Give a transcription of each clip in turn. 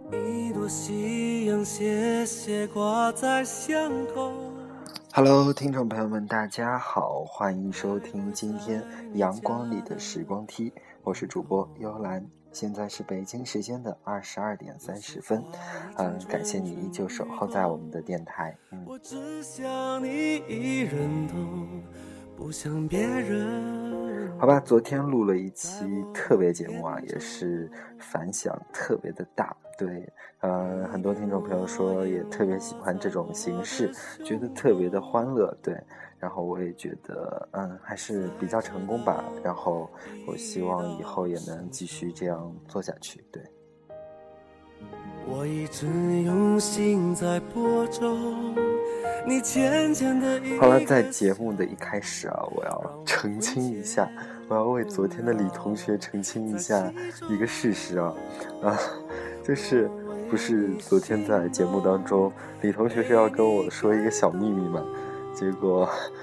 一朵夕阳斜斜挂在巷口。 Hello， 听众朋友们，大家好，欢迎收听今天阳光里的时光梯，我是主播幽兰，现在是北京时间的22点30分，感谢你依旧守候在我们的电台。 我只想你一人懂，不想别人。 好吧，昨天录了一期特别节目啊，也是反响特别的大，对，很多听众朋友说也特别喜欢这种形式，觉得特别的欢乐，对，然后我也觉得还是比较成功吧，然后我希望以后也能继续这样做下去，对。 我一直用心在播种，你渐渐的。 好了，在节目的一开始啊，我要澄清一下，我要为昨天的李同学澄清一下一个事实啊，就是不是昨天在节目当中，李同学是要跟我说一个小秘密嘛，结果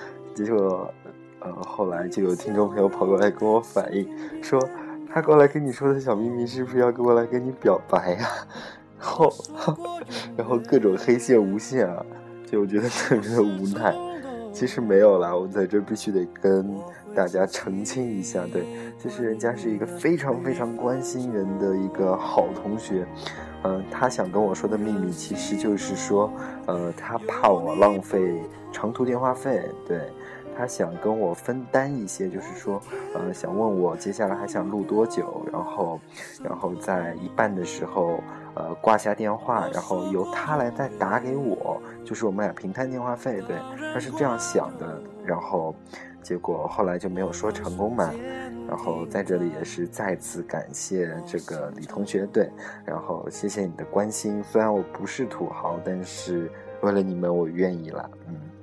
后来就有听众朋友跑过来跟我反映说，他过来跟你说的小秘密是不是要过来跟你表白呀？然后各种黑线无限啊，就我觉得特别的无奈。其实没有啦，我在这必须得跟大家澄清一下，对，其实人家是一个非常非常关心人的一个好同学，他想跟我说的秘密其实就是说，他怕我浪费长途电话费，对，他想跟我分担一些，就是说，想问我接下来还想录多久，然后在一半的时候，挂下电话，然后由他来再打给我，就是我们俩平摊电话费，对，他是这样想的，然后结果后来就没有说成功嘛，然后在这里也是再次感谢这个李同学，对，然后谢谢你的关心，虽然我不是土豪，但是为了你们我愿意了，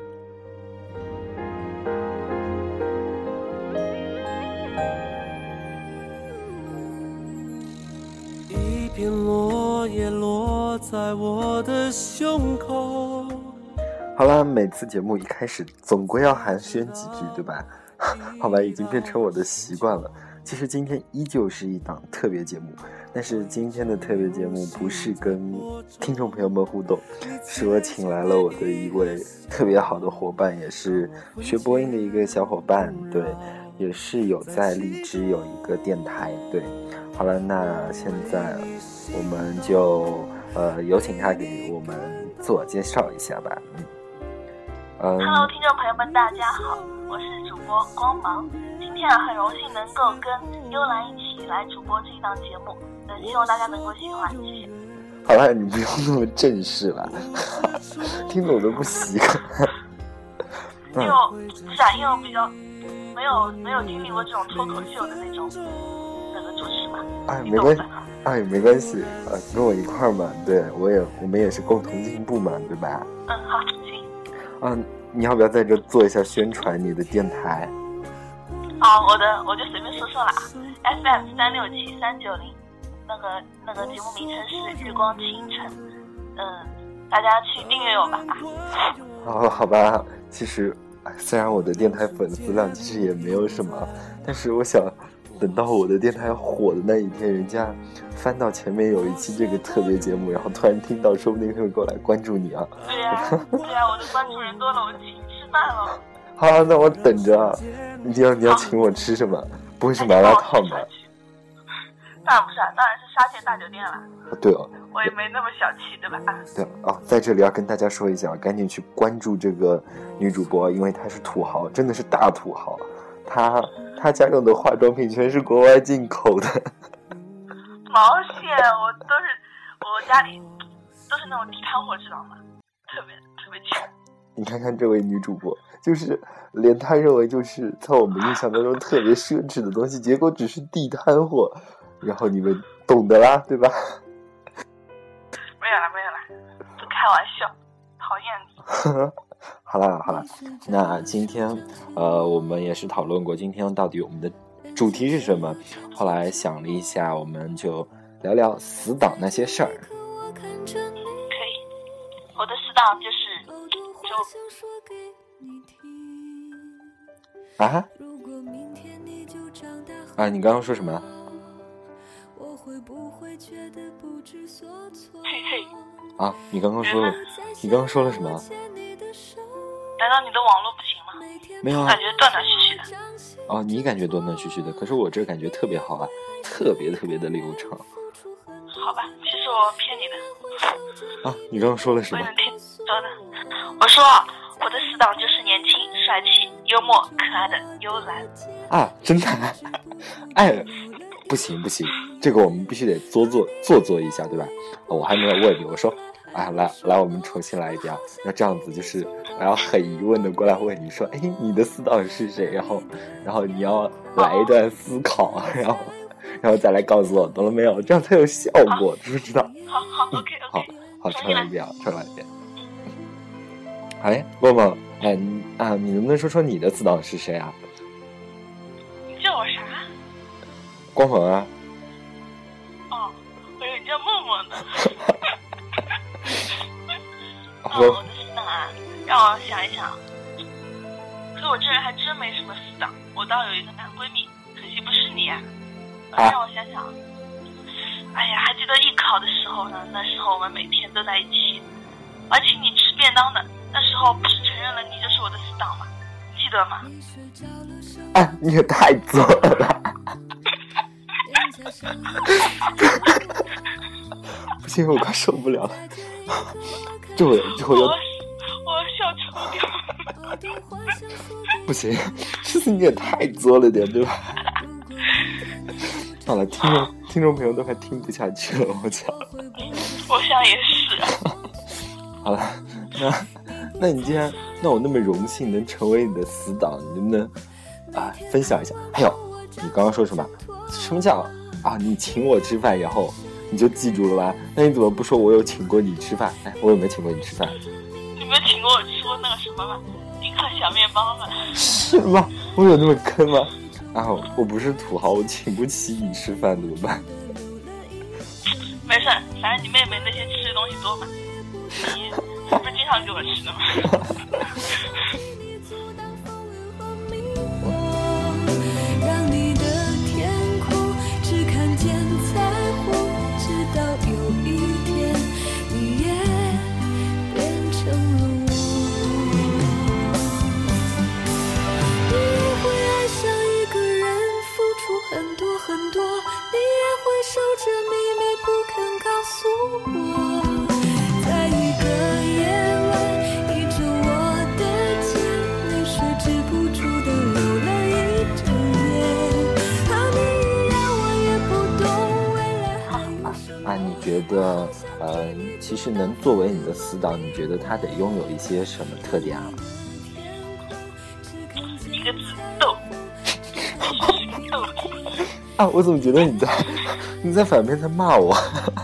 一片落叶落在我的胸口。 好了，每次节目一开始总归要寒暄几句，对吧？好吧，已经变成我的习惯了。其实今天依旧是一档特别节目，但是今天的特别节目不是跟听众朋友们互动，是我请来了我的一位特别好的伙伴，也是学播音的一个小伙伴，对，也是有在荔枝有一个电台，对。好了，那现在我们就有请他给我们自我介绍一下吧。 Hello， 听众朋友们，大家好，我是主播光芒。今天很荣幸能够跟幽兰一起来主播这一档节目，希望大家能够喜欢，谢谢。 好了，你不用那么正式了，听得我都不习惯。 因为我比较没有经历过这种脱口秀的那种主持嘛。 没关系，跟我一块儿嘛，对，我们也是共同进步嘛，对吧？ 好，行。 你要不要在这做一下宣传你的电台？ 我就随便说啦 ，FM 367390，那个节目名称是日光倾城，大家去订阅我吧。 好吧，其实虽然我的电台粉丝量其实也没有什么，但是我想等到我的电台火的那一天，人家翻到前面有一期这个特别节目，然后突然听到，说不定会过来关注你啊。 对呀，我的关注人多了，我就请你吃饭了。 好，那我等着。你要请我吃什么？不会是麻辣烫吧？ 当然不是啊，当然是沙县大酒店了。 对哦， 我也没那么小气，对吧？ 对啊，在这里要跟大家说一下，赶紧去关注这个女主播，因为她是土豪，真的是大土豪。她家用的化妆品全是国外进口的。 毛线，我家里都是那种地摊货，知道吗？特别穷。 你看看这位女主播，就是连她认为就是在我们印象当中特别奢侈的东西，结果只是地摊货，然后你们懂得啦，对吧？ 没有啦，不开玩笑，讨厌你。 好了，那今天我们也是讨论过今天到底我们的主题是什么，后来想了一下，我们就聊聊死党那些事儿。 可以，我的死党就是你刚刚说什么？ 嘿嘿。 啊，你刚刚说了什么？ 难道你的网络不行吗？ 没有啊， 感觉断断续续的。 哦，你感觉断断续续的，可是我这感觉特别好啊，特别的流畅。 好吧，其实我骗你的。 啊，你刚刚说了什么？ 我能听说的。我说我的死党就是年轻、帅气、幽默、可爱的幽兰。 啊，真的？哎，不行，这个我们必须得做一下，对吧？我还没有问你，我说，啊，来，我们重新来一遍。要这样子，就是我要很疑问的过来问你说，哎，你的死党是谁？然后你要来一段思考，然后再来告诉我，懂了没有？这样才有效果，知不知道？ 好 ，OK。 好，重来一遍。哎，默默，哎，你能不能说你的死党是谁啊？ 你叫我啥？ 光鹏啊。 哦，我以为你叫默默呢。 我的死党啊，让我想一想。可我这人还真没什么死党，我倒有一个男闺蜜，可惜不是你啊。让我想想。哎呀，还记得艺考的时候呢，那时候我们每天都在一起，我还请你吃便当呢。那时候不是承认了你就是我的死党吗？记得吗？ 啊，你也太作了！不行，我快受不了了。这会我笑抽掉。 不行，这次你也太作了点，对吧？好了，听众朋友都快听不下去了，我想。 我想也是。 好了，那你既然我那么荣幸能成为你的死党，你能不能分享一下？还有，你刚刚说什么？什么叫你请我吃饭，然后你就记住了吧？那你怎么不说我有请过你吃饭？哎，我有没有请过你吃饭？ 你没有请过我吃过那个什么吗？一颗小面包吗？ 是吗？我有那么坑吗？我不是土豪，我请不起你吃饭，怎么办？ 没事，反正你妹妹那些吃的东西多嘛，你不是经常给我吃的吗？ 让你的天空只看见彩虹，直到有一天你也变成了我。你也会爱上一个人，付出很多很多，你也会守着秘密不肯告诉我。在一个夜晚，依着我的肩，泪水止不住的流了一整夜。你让我也不懂未来还有你觉得其实能作为你的死党，你觉得他得拥有一些什么特点啊？ 一个字，逗。 我怎么觉得你在反面在骂我？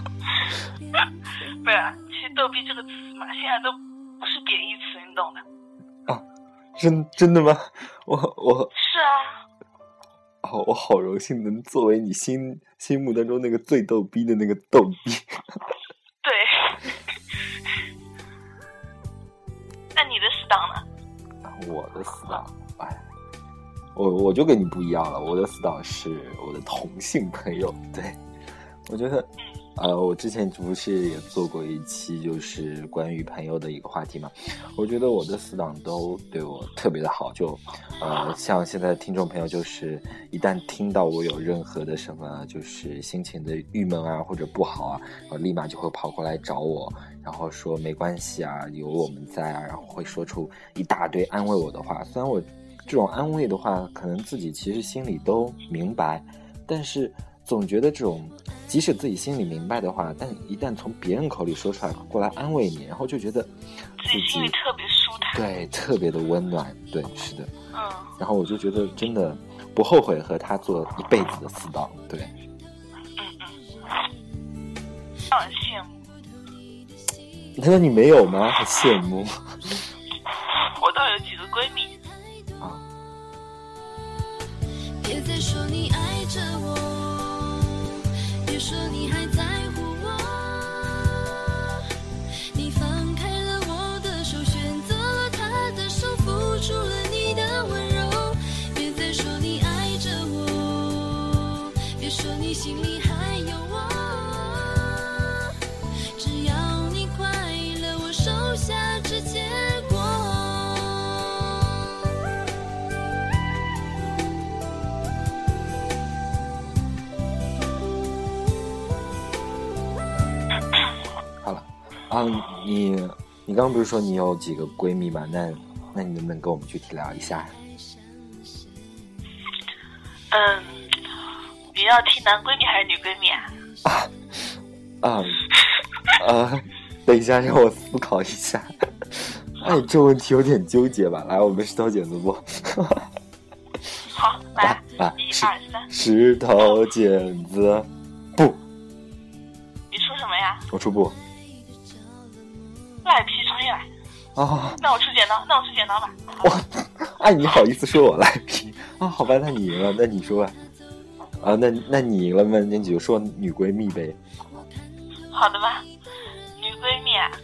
不是，其实逗逼这个词嘛，现在都不是贬义词，你懂的。 真的吗？我是啊。 我好荣幸能作为你心目当中那个最逗逼的那个逗逼。 对。那你的死党呢？ 我的死党，我就跟你不一样了，我的死党是我的同性朋友。对，我觉得我之前不是也做过一期就是关于朋友的一个话题嘛，我觉得我的死党都对我特别的好，就像现在的听众朋友，就是一旦听到我有任何的什么就是心情的郁闷啊或者不好啊，然后立马就会跑过来找我，然后说没关系啊，有我们在啊，然后会说出一大堆安慰我的话。虽然我这种安慰的话可能自己其实心里都明白，但是总觉得这种即使自己心里明白的话，但一旦从别人口里说出来过来安慰你，然后就觉得自己心里特别舒坦， 对，特别的温暖。对，是的。然后我就觉得真的不后悔和他做一辈子的死党。对。 让人羡慕。 难道你没有吗？很羡慕。 我倒有几个闺蜜。 别再说你爱着我，别说你还在乎我，你放开了我的手，选择了他的手，付出了你的温柔。别再说你爱着我，别说你心里还有我。 啊，你刚刚不是说你有几个闺蜜吗？那你能不能跟我们具体聊一下？ 你要听男闺蜜还是女闺蜜啊？ 等一下，让我思考一下。哎，这问题有点纠结吧？来，我们石头剪子布。 好，来 ，1、 2、3， 石头剪子布。 你出什么呀？ 我出布。 赖皮重新来。 啊， 那我出剪刀吧。 哇，哎，你好意思说我赖皮啊？好吧，那你赢了，那你说吧。啊，那你赢了吗？那你就说女闺蜜呗。 好的吧，女闺蜜啊，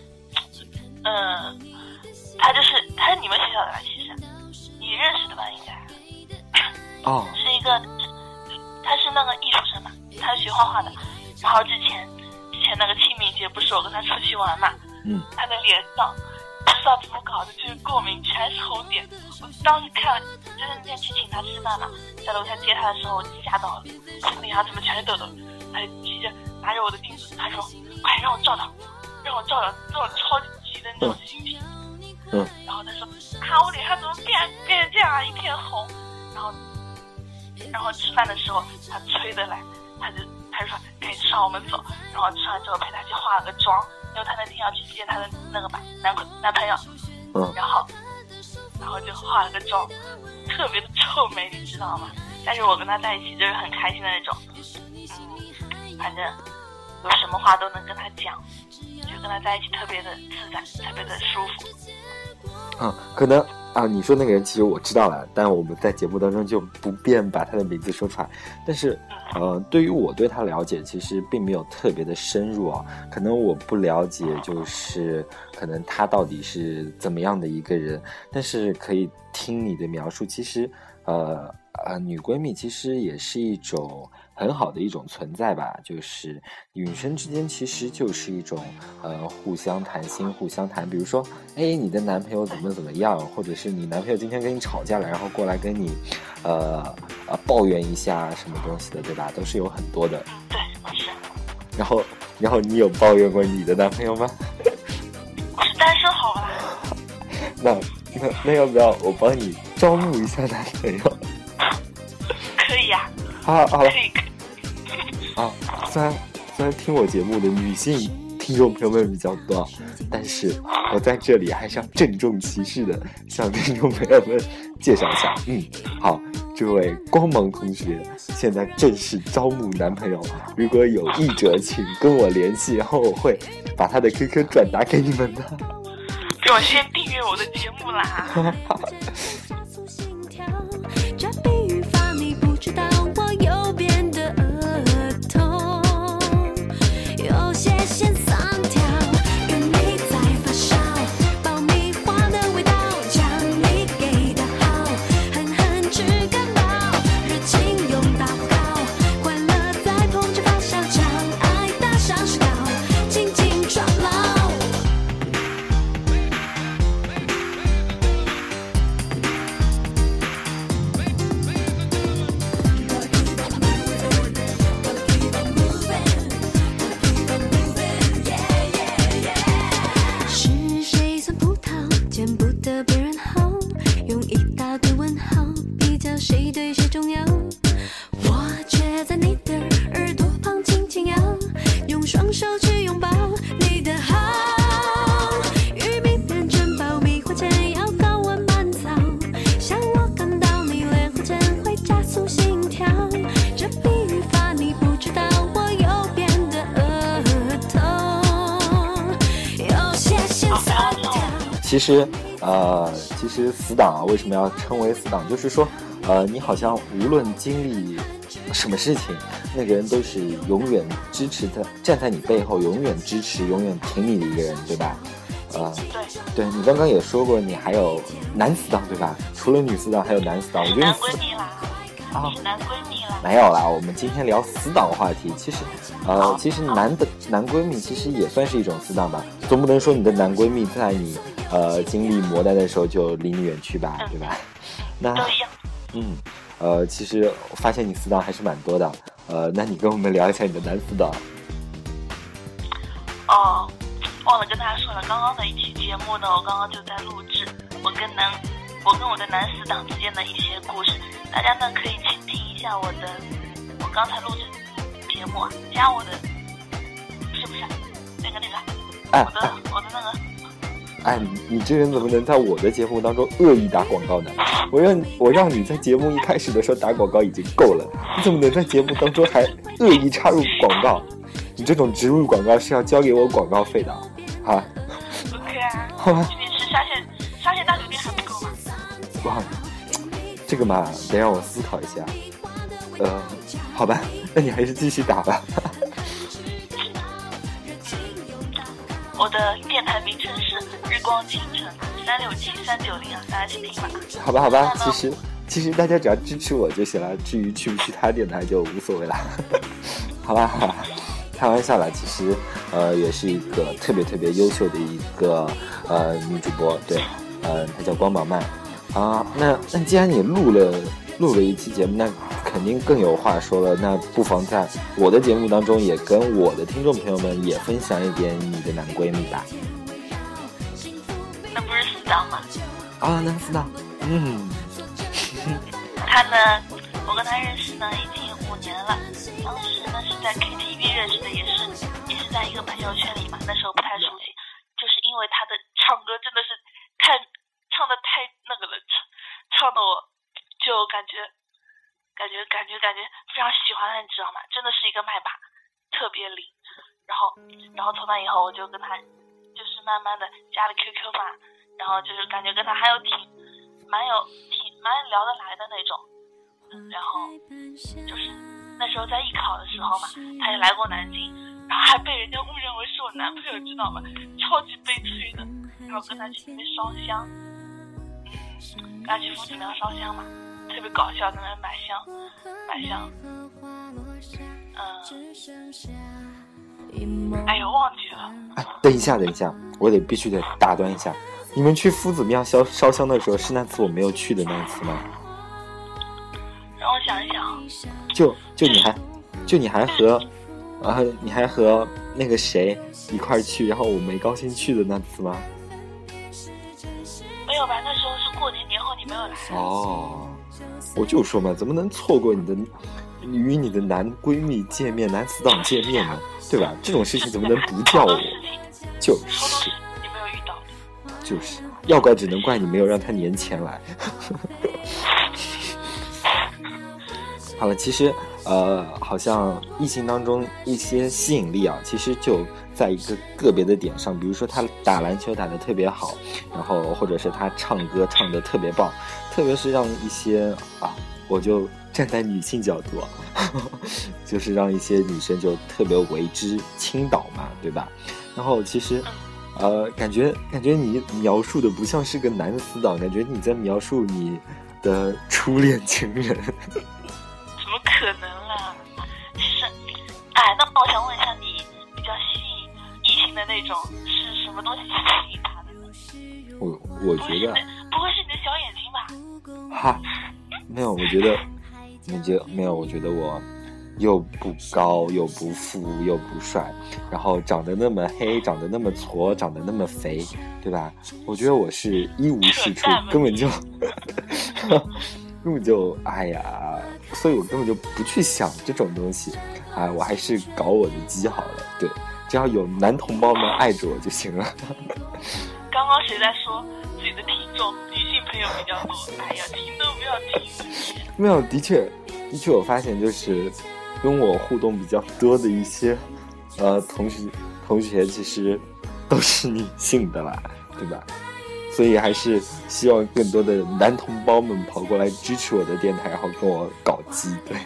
她是你们学校的吧？其实你认识的吧？应该。 哦。 是一个，她是那个艺术生嘛，她学画画的。然后之前那个清明节不是我跟她出去玩嘛？她的脸上不知道怎么搞的，就是过敏，全是红点。我当时看了，就是那天去请她吃饭嘛，在楼下接她的时候，我吓到了，脸上怎么全是痘痘？她就急着拿着我的镜子，她说：“快让我照照这种超级急的那种心情。”然后她说：“我脸上怎么变成这样啊，一片红。”然后吃饭的时候，她催得来，她就说：“赶紧吃完我们走。”然后吃完之后陪她去化了个妆，因为她那天要去见她的那个男朋友。然后就化了个妆，特别的臭美，你知道吗？但是我跟她在一起就是很开心的那种，反正有什么话都能跟她讲，就跟她在一起特别的自在，特别的舒服。 可能啊，你说那个人其实我知道了，但我们在节目当中就不便把他的名字说出来。但是对于我对他了解其实并没有特别的深入啊，可能我不了解就是可能他到底是怎么样的一个人，但是可以听你的描述，其实女闺蜜其实也是一种很好的一种存在吧，就是女生之间其实就是一种互相谈心互相谈，比如说你的男朋友怎么样，或者是你男朋友今天跟你吵架了，然后过来跟你抱怨一下什么东西的，对吧？都是有很多的。 对，是。 然后你有抱怨过你的男朋友吗？ 我是单身好了。 那要不要我帮你招募一下男朋友？ 可以呀。 可以。 虽然听我节目的女性听众朋友们比较多，但是我在这里还是要郑重其事的向听众朋友们介绍一下。好，这位光芒同学现在正式招募男朋友，如果有意者请跟我联系，然后我会把他的 QQ 转达给你们的。 给我先订阅我的节目啦。 这比喻法你不知道，我右边的额头有些线三条，跟你在发烧，爆米花的味道，将你给的好，狠狠治感冒，热情拥抱好，快乐在碰着发烧，将爱打上石膏，紧紧抓牢。谁对谁重要？我却在你的耳朵旁轻轻摇，用双手去拥抱你的好。玉米变成爆米花前要高温慢炒，像我看到你脸红前会加速心跳。这比喻法你不知道，我右边的额头有些线三条。 其实死党啊，为什么要称为死党？就是说你好像无论经历什么事情，那个人都是永远支持的，站在你背后，永远支持，永远挺你的一个人，对吧？对，你刚刚也说过，你还有男死党，对吧？除了女死党，还有男死党。我觉得男闺蜜啦，是男闺蜜啦。 没有啦，我们今天聊死党话题。其实男闺蜜其实也算是一种死党吧，总不能说你的男闺蜜在你经历磨难的时候就离你远去吧，对吧？那都一样。 其实我发现你死党还是蛮多的，那你跟我们聊一下你的男死党。 忘了跟大家说了，刚刚的一期节目呢，我刚刚就在录制我跟我的男死党之间的一些故事，大家呢可以去听一下我刚才录制节目啊，加我的是不是那个我的那个。 哎，你这人怎么能在我的节目当中恶意打广告呢？我让你在节目一开始的时候打广告已经够了，你怎么能在节目当中还恶意插入广告？你这种植入广告是要交给我广告费的，啊 ？OK 啊， 好吧。 你吃沙县大酒店还不够吗？ 哇，这个嘛，得让我思考一下。好吧，那你还是继续打吧。 我的电台名称是日光倾城367-390啊，大家去听吧。 好吧，其实大家只要支持我就行了，至于去不去他电台就无所谓了。好吧，开玩笑啦，其实也是一个特别特别优秀的一个女主播，对，她叫光芒曼啊。那既然你录了一期节目，那肯定更有话说了。那不妨在我的节目当中也跟我的听众朋友们也分享一点你的男闺蜜吧。 那不是死党吗？ 啊，男死党， 他呢，我跟他认识呢已经5年了。当时呢是在 KTV 认识的，也是在一个朋友圈里嘛，那时候不太熟悉，就是因为他的唱歌真的是唱的太那个了，唱的我就感觉非常喜欢他，你知道吗？真的是一个麦霸，特别灵。然后从那以后我就跟他就是慢慢的加了 QQ 嘛，然后就是感觉跟他还有蛮聊得来的那种。然后就是那时候在艺考的时候嘛，他也来过南京，然后还被人家误认为是我男朋友，知道吗？超级悲催的。然后跟他去那边烧香，跟他去夫子庙烧香嘛，特别搞笑，在那买香，哎呦忘记了。 哎，等一下，我必须得打断一下，你们去夫子庙烧香的时候是那次我没有去的那一次吗？ 让我想一想， 你还和那个谁一块去，然后我没高兴去的那次吗？ 没有吧，那时候是过年后你没有来。 哦，我就说嘛，怎么能错过与你的男闺蜜见面、男死党见面呢？对吧？这种事情怎么能不叫我？就是你没有遇到， 就是要怪只能怪你没有让他年前来。好了，其实好像异性当中一些吸引力啊，其实就在一个个别的点上，比如说他打篮球打得特别好，然后或者是他唱歌唱得特别棒，特别是让一些我就站在女性角度就是让一些女生就特别为之倾倒嘛，对吧？然后其实感觉你描述的不像是个男死党，感觉你在描述你的初恋情人。 怎么可能啦？是，那我想问一下，你比较吸引异性的那种是什么东西吸引他的呢？ 我觉得不会是你的小眼睛吧？ 哈，没有，我觉得我又不高又不富又不帅，然后长得那么黑，长得那么矬，长得那么肥，对吧？我觉得我是一无是处，根本就哎呀，所以我根本就不去想这种东西，我还是搞我的鸡好了，对，只要有男同胞们爱着我就行了。 刚刚谁在说自己的听众女性朋友比较多？哎呀，听都不要听。 没有，的确我发现就是跟我互动比较多的一些同学其实都是女性的啦，对吧？所以还是希望更多的男同胞们跑过来支持我的电台，然后跟我搞基，对。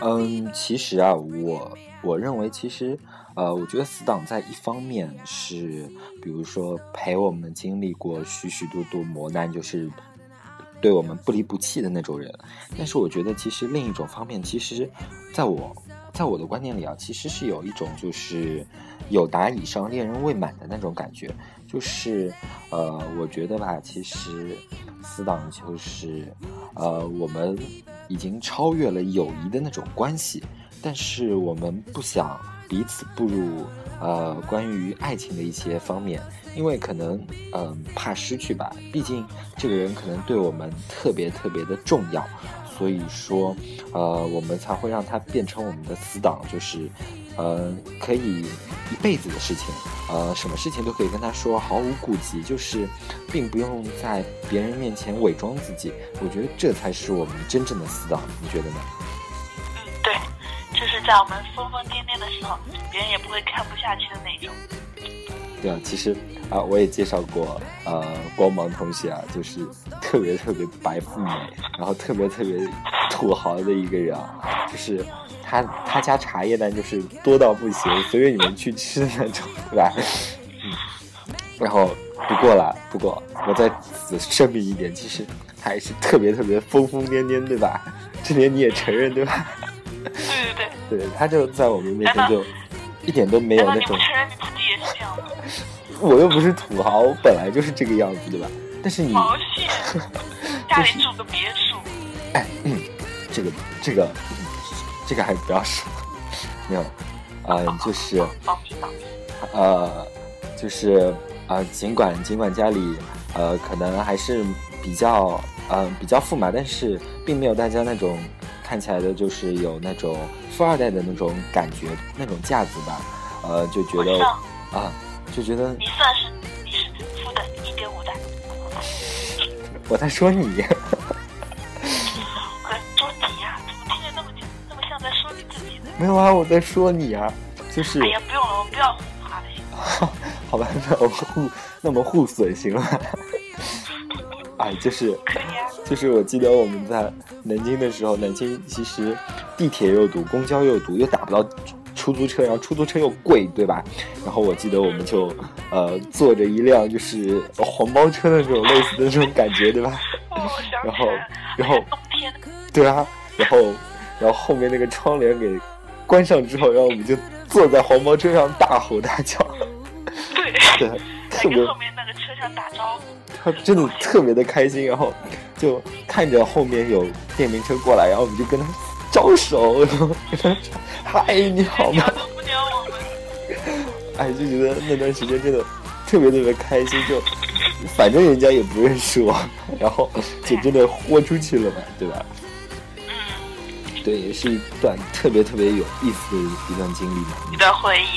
其实啊，我认为其实我觉得死党在一方面是，比如说陪我们经历过许许多多磨难，就是对我们不离不弃的那种人。但是我觉得其实另一种方面，其实在我的观念里啊，其实是有一种就是友达以上恋人未满的那种感觉。就是我觉得吧，其实死党就是我们已经超越了友谊的那种关系，但是我们不想彼此步入关于爱情的一些方面，因为可能怕失去吧，毕竟这个人可能对我们特别特别的重要，所以说我们才会让他变成我们的死党，就是可以一辈子的事情，什么事情都可以跟他说，毫无顾忌，就是并不用在别人面前伪装自己。我觉得这才是我们真正的死党，你觉得呢？ 对，就是在我们疯疯癫癫的时候，别人也不会看不下去的那种。 对啊，其实我也介绍过光芒同学啊，就是特别特别白富美，然后特别特别土豪的一个人啊，就是他家茶叶蛋就是多到不行，随便你们去吃的那种，对吧？然后不过我在此声明一点，其实他还是特别特别疯疯癫癫，对吧？这点你也承认，对吧？对，他就在我们面前就一点都没有那种。 你不承认你自己也是这样的？ 我又不是土豪，我本来就是这个样子，对吧？但是你好险，家里住个别墅。 哎，这个还不要说，没有，就是就是尽管家里可能还是比较富嘛，但是并没有大家那种看起来的就是有那种富二代的那种感觉，那种架子吧，就觉得就觉得你是富的1.5代。 我在说你。 说你呀，怎么听着那么像在说你自己呢？ 没有啊，我在说你啊，就是。 哎呀，不用了，我们不要互夸了，行吗？ 好吧，那么互损行了。哎，就是我记得我们在南京的时候，南京其实地铁又堵，公交又堵，又打不到出租车，然后出租车又贵，对吧？然后我记得我们就坐着一辆就是黄包车的那种类似的那种感觉，对吧？然后冬天对啊，然后后面那个窗帘给关上之后，然后我们就坐在黄包车上大吼大叫。对，特别跟后面那个车厢打招呼， 他真的特别的开心，然后就看着后面有电瓶车过来，然后我们就跟他招手，然后跟他说嗨，你好吗？ 不鸟我们。 哎，就觉得那段时间真的特别特别开心，就反正人家也不认识我，然后就真的豁出去了嘛，对吧？对，也是一段特别特别有意思的一段经历嘛， 一段回忆。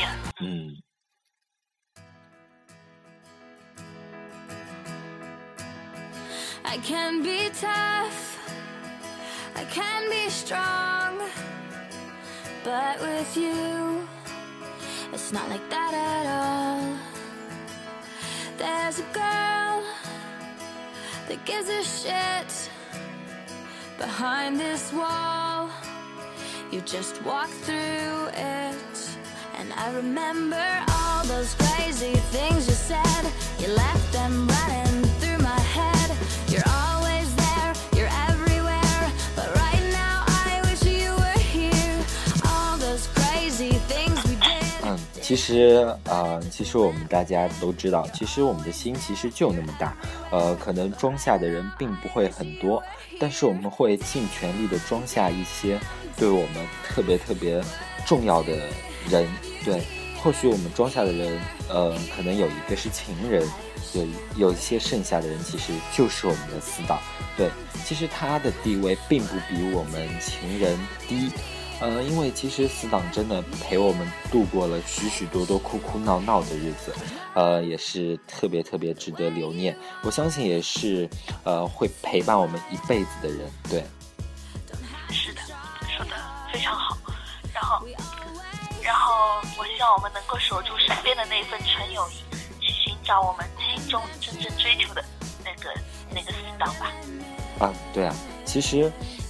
I can be tough, I can be strong, but with you, it's not like that at all. There's a girl that gives a shit behind this wall. You just walk through it, and I remember all those crazy things you said. You left them running through my head. You're always there, you're everywhere, but right now I wish you were here. All those crazy things we did. 其实我们大家都知道，其实我们的心其实就那么大，可能装下的人并不会很多，但是我们会尽全力的装下一些对我们特别特别重要的人。对，或许我们装下的人，可能有一个是情人，有一些剩下的人其实就是我们的死党。对，其实他的地位并不比我们情人低，因为其实死党真的陪我们度过了许许多多哭哭闹闹的日子，也是特别特别值得留念。我相信也是会陪伴我们一辈子的人。对， 是的，说的非常好。然后我希望我们能够守住身边的那份纯友谊，去寻找我们心中真正追求的那个死党吧。 对啊，其实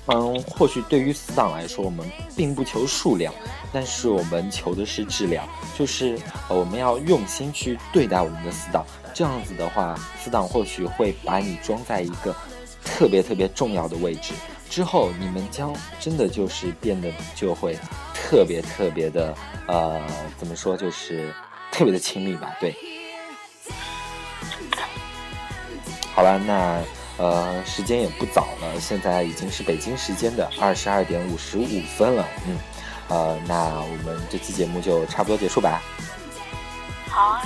或许对于死党来说，我们并不求数量，但是我们求的是质量，就是我们要用心去对待我们的死党。这样子的话，死党或许会把你装在一个特别特别重要的位置，之后你们将真的就是变得就会特别特别的怎么说，就是特别的亲密吧。对，好了，那时间也不早了，现在已经是北京时间的22点55分了。那我们这期节目就差不多结束吧。 好啊。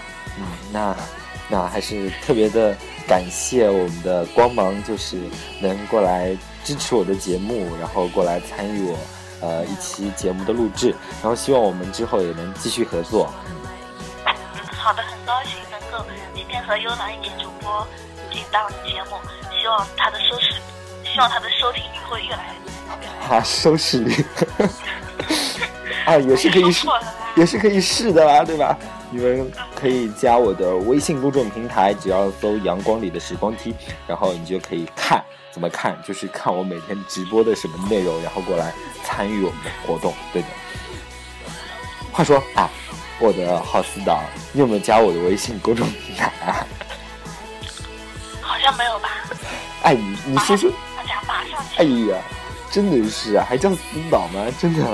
那还是特别的感谢我们的光芒，就是能过来支持我的节目，然后过来参与我一期节目的录制，然后希望我们之后也能继续合作。 好的，很高兴能够今天和幽兰一起主播进到节目，希望他的收听率会越来越高。 收视率也是可以试的啦，对吧？你们可以加我的微信公众平台，只要搜阳光里的时光梯，然后你就可以看，怎么看？就是看我每天直播的什么内容，然后过来参与我们的活动。对的。话说我的好死党，你有没有加我的微信公众平台啊？ 好像没有吧。 你说说。 马上。 哎呀，真的是还叫死党吗？真的。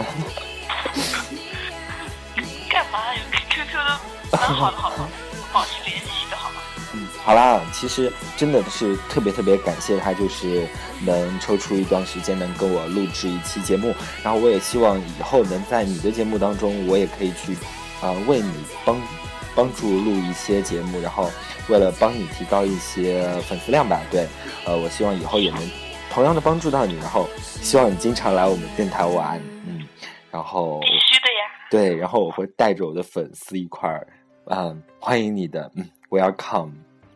干嘛？有 QQ 的？好了，保持联系的好吗？ 好啦，其实真的是特别特别感谢他，就是能抽出一段时间能跟我录制一期节目，然后我也希望以后能在你的节目当中，我也可以去为你帮助录一些节目，然后为了帮你提高一些粉丝量吧。对，我希望以后也能同样的帮助到你，然后希望你经常来我们电台玩。然后必须的呀。 对，然后我会带着我的粉丝一块儿欢迎你的welcome。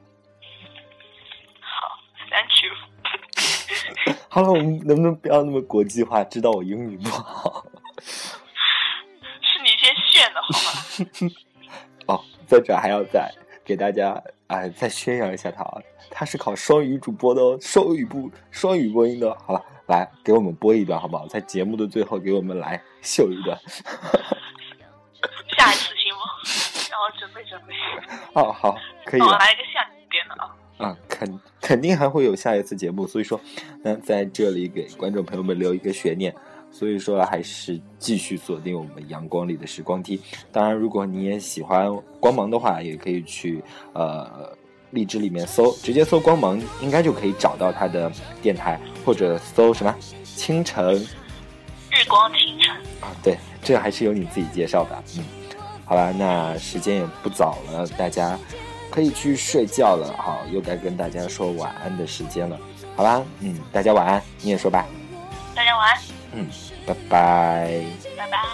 好 ，thank you。 好了，我们能不能不要那么国际化？知道我英语不好。 是你先炫的好吗？ 在这还要再给大家再宣扬一下他是考双语主播的哦，双语播音的。好了，来给我们播一段好不好？在节目的最后给我们来秀一段。 下一次行吗？然后准备。 好，可以了。 我来一个下一遍的肯定还会有下一次节目，所以说那在这里给观众朋友们留一个悬念，所以说还是继续锁定我们阳光里的时光梯。当然如果你也喜欢光芒的话，也可以去荔枝里面直接搜光芒，应该就可以找到他的电台，或者搜什么日光清晨对，这还是由你自己介绍的。好了，那时间也不早了，大家可以去睡觉了。好，又该跟大家说晚安的时间了。好啦，大家晚安，你也说吧。 大家晚安。 拜拜。 拜拜。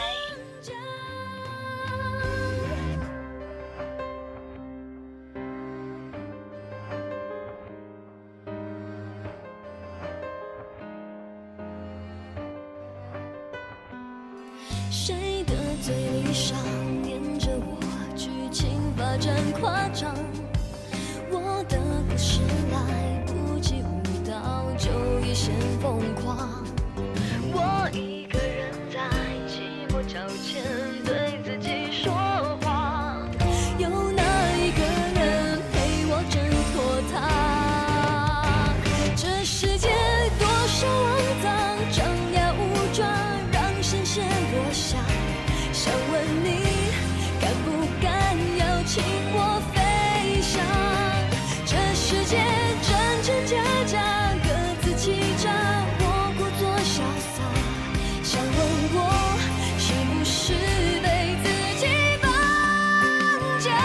谁的嘴里上念着我，剧情发展夸张，我的故事来不及舞蹈就已先疯狂，我一个人在寂寞交前对自己说谎，有哪一个人陪我挣脱它？这世界多少肮脏，张牙舞爪，让视线落下，想问你敢不敢邀请我飞翔？这世界真真假假，各自欺诈，我故作潇洒，想问我是不是被自己绑架？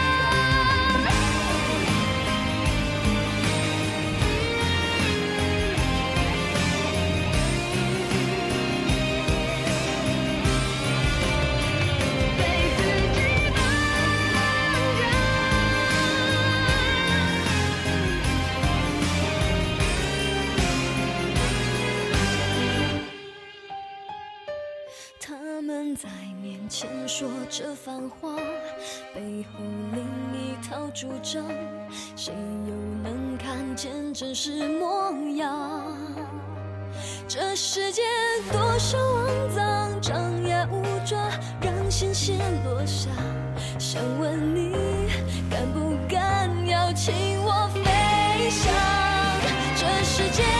他们在面前说着反话，背后另一套主张，谁又能看见真实模样？ 这世界多少肮脏，张牙舞爪，让鲜血落下。想问你，敢不敢邀请我飞翔？这世界